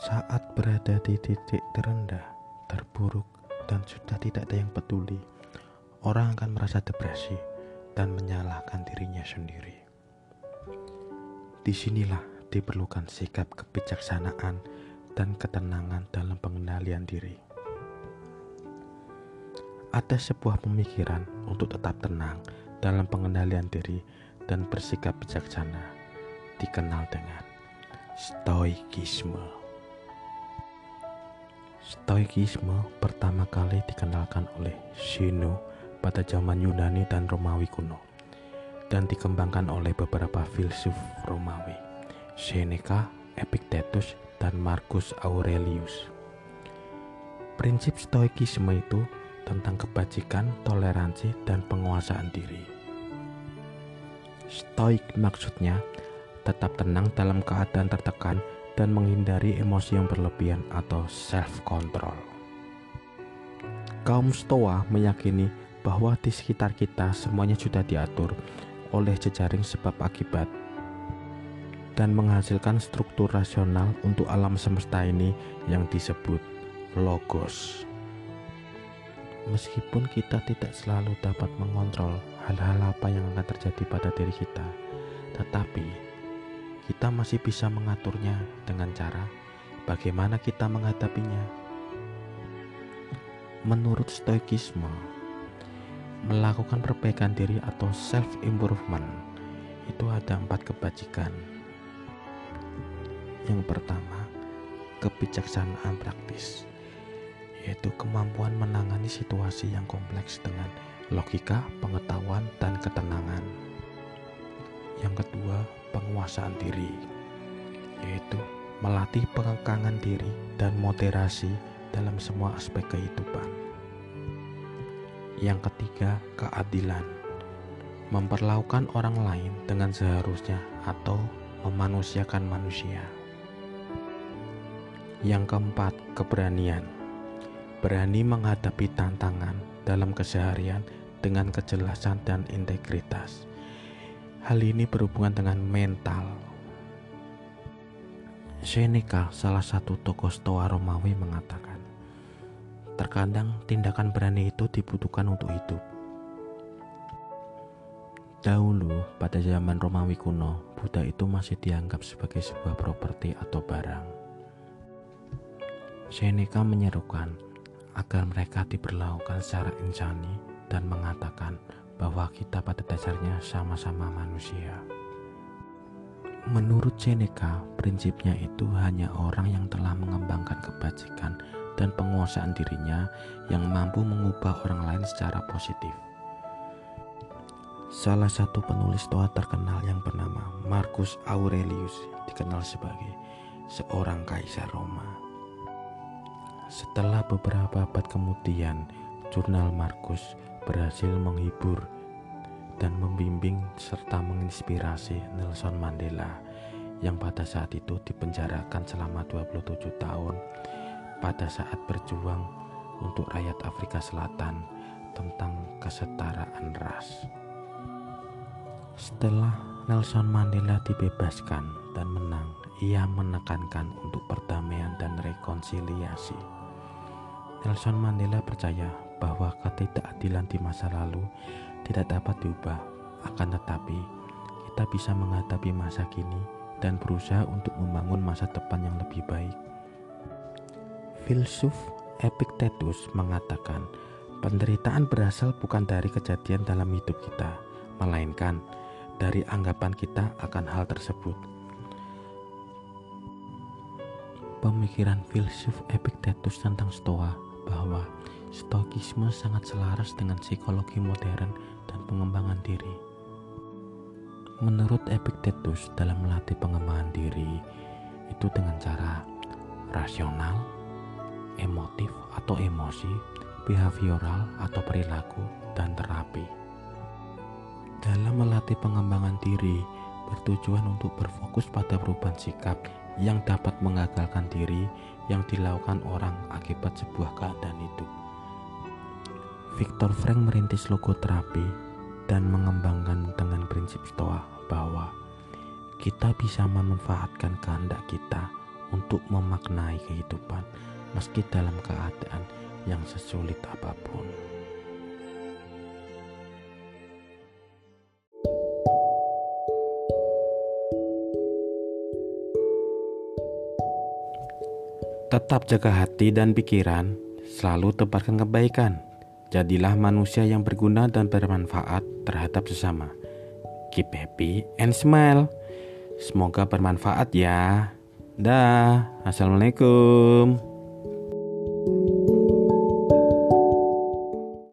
Saat berada di titik terendah, terburuk, dan sudah tidak ada yang peduli, orang akan merasa depresi dan menyalahkan dirinya sendiri. Disinilah diperlukan sikap kebijaksanaan dan ketenangan dalam pengendalian diri. Ada sebuah pemikiran untuk tetap tenang dalam pengendalian diri dan bersikap bijaksana, dikenal dengan Stoikisme. Stoikisme pertama kali dikenalkan oleh Zeno pada zaman Yunani dan Romawi kuno, dan dikembangkan oleh beberapa filsuf Romawi, Seneca, Epictetus, dan Marcus Aurelius. Prinsip Stoikisme itu tentang kebajikan, toleransi, dan penguasaan diri. Stoik maksudnya tetap tenang dalam keadaan tertekan dan menghindari emosi yang berlebihan atau self-control. Kaum Stoa meyakini bahwa di sekitar kita semuanya sudah diatur oleh jejaring sebab akibat dan menghasilkan struktur rasional untuk alam semesta ini yang disebut logos. Meskipun kita tidak selalu dapat mengontrol hal-hal apa yang akan terjadi pada diri kita, tetapi kita masih bisa mengaturnya dengan cara bagaimana kita menghadapinya. Menurut Stoikisme, melakukan perbaikan diri atau self-improvement itu ada 4 kebajikan. Yang pertama, kebijaksanaan praktis, yaitu kemampuan menangani situasi yang kompleks dengan logika, pengetahuan, dan ketenangan. Yang kedua, penguasaan diri, yaitu melatih pengekangan diri dan moderasi dalam semua aspek kehidupan. Yang ketiga, keadilan, memperlakukan orang lain dengan seharusnya atau memanusiakan manusia. Yang keempat, keberanian, berani menghadapi tantangan dalam keseharian dengan kejelasan dan integritas. Hal ini berhubungan dengan mental. Seneca, salah satu tokoh Stoa Romawi, mengatakan, terkadang tindakan berani itu dibutuhkan untuk hidup. Dahulu, pada zaman Romawi kuno, Buddha itu masih dianggap sebagai sebuah properti atau barang. Seneca menyerukan agar mereka diperlakukan secara insani dan mengatakan bahwa kita pada dasarnya sama-sama manusia. Menurut Seneca, prinsipnya itu hanya orang yang telah mengembangkan kebajikan dan penguasaan dirinya yang mampu mengubah orang lain secara positif. Salah satu penulis Stoa terkenal yang bernama Marcus Aurelius dikenal sebagai seorang kaisar Roma. Setelah beberapa abad kemudian, jurnal Marcus berhasil menghibur dan membimbing serta menginspirasi Nelson Mandela yang pada saat itu dipenjarakan selama 27 tahun pada saat berjuang untuk rakyat Afrika Selatan tentang kesetaraan ras. Setelah Nelson Mandela dibebaskan dan menang, ia menekankan untuk perdamaian dan rekonsiliasi. Nelson Mandela percaya bahwa ketidakadilan di masa lalu tidak dapat diubah, akan tetapi kita bisa menghadapi masa kini dan berusaha untuk membangun masa depan yang lebih baik. Filsuf Epictetus mengatakan, penderitaan berasal bukan dari kejadian dalam hidup kita, melainkan dari anggapan kita akan hal tersebut. Pemikiran filsuf Epictetus tentang Stoa bahwa Stoikisme sangat selaras dengan psikologi modern dan pengembangan diri. Menurut Epictetus, dalam melatih pengembangan diri itu dengan cara rasional, emotif atau emosi, behavioral atau perilaku, dan terapi. Dalam melatih pengembangan diri bertujuan untuk berfokus pada perubahan sikap yang dapat menggagalkan diri yang dilakukan orang akibat sebuah keadaan hidup. Viktor Frankl merintis logoterapi dan mengembangkan dengan prinsip Stoa bahwa kita bisa memanfaatkan kehendak kita untuk memaknai kehidupan meski dalam keadaan yang sesulit apapun. Tetap jaga hati dan pikiran, selalu tebarkan kebaikan. Jadilah manusia yang berguna dan bermanfaat terhadap sesama. Keep happy and smile. Semoga bermanfaat ya. Dah, assalamualaikum.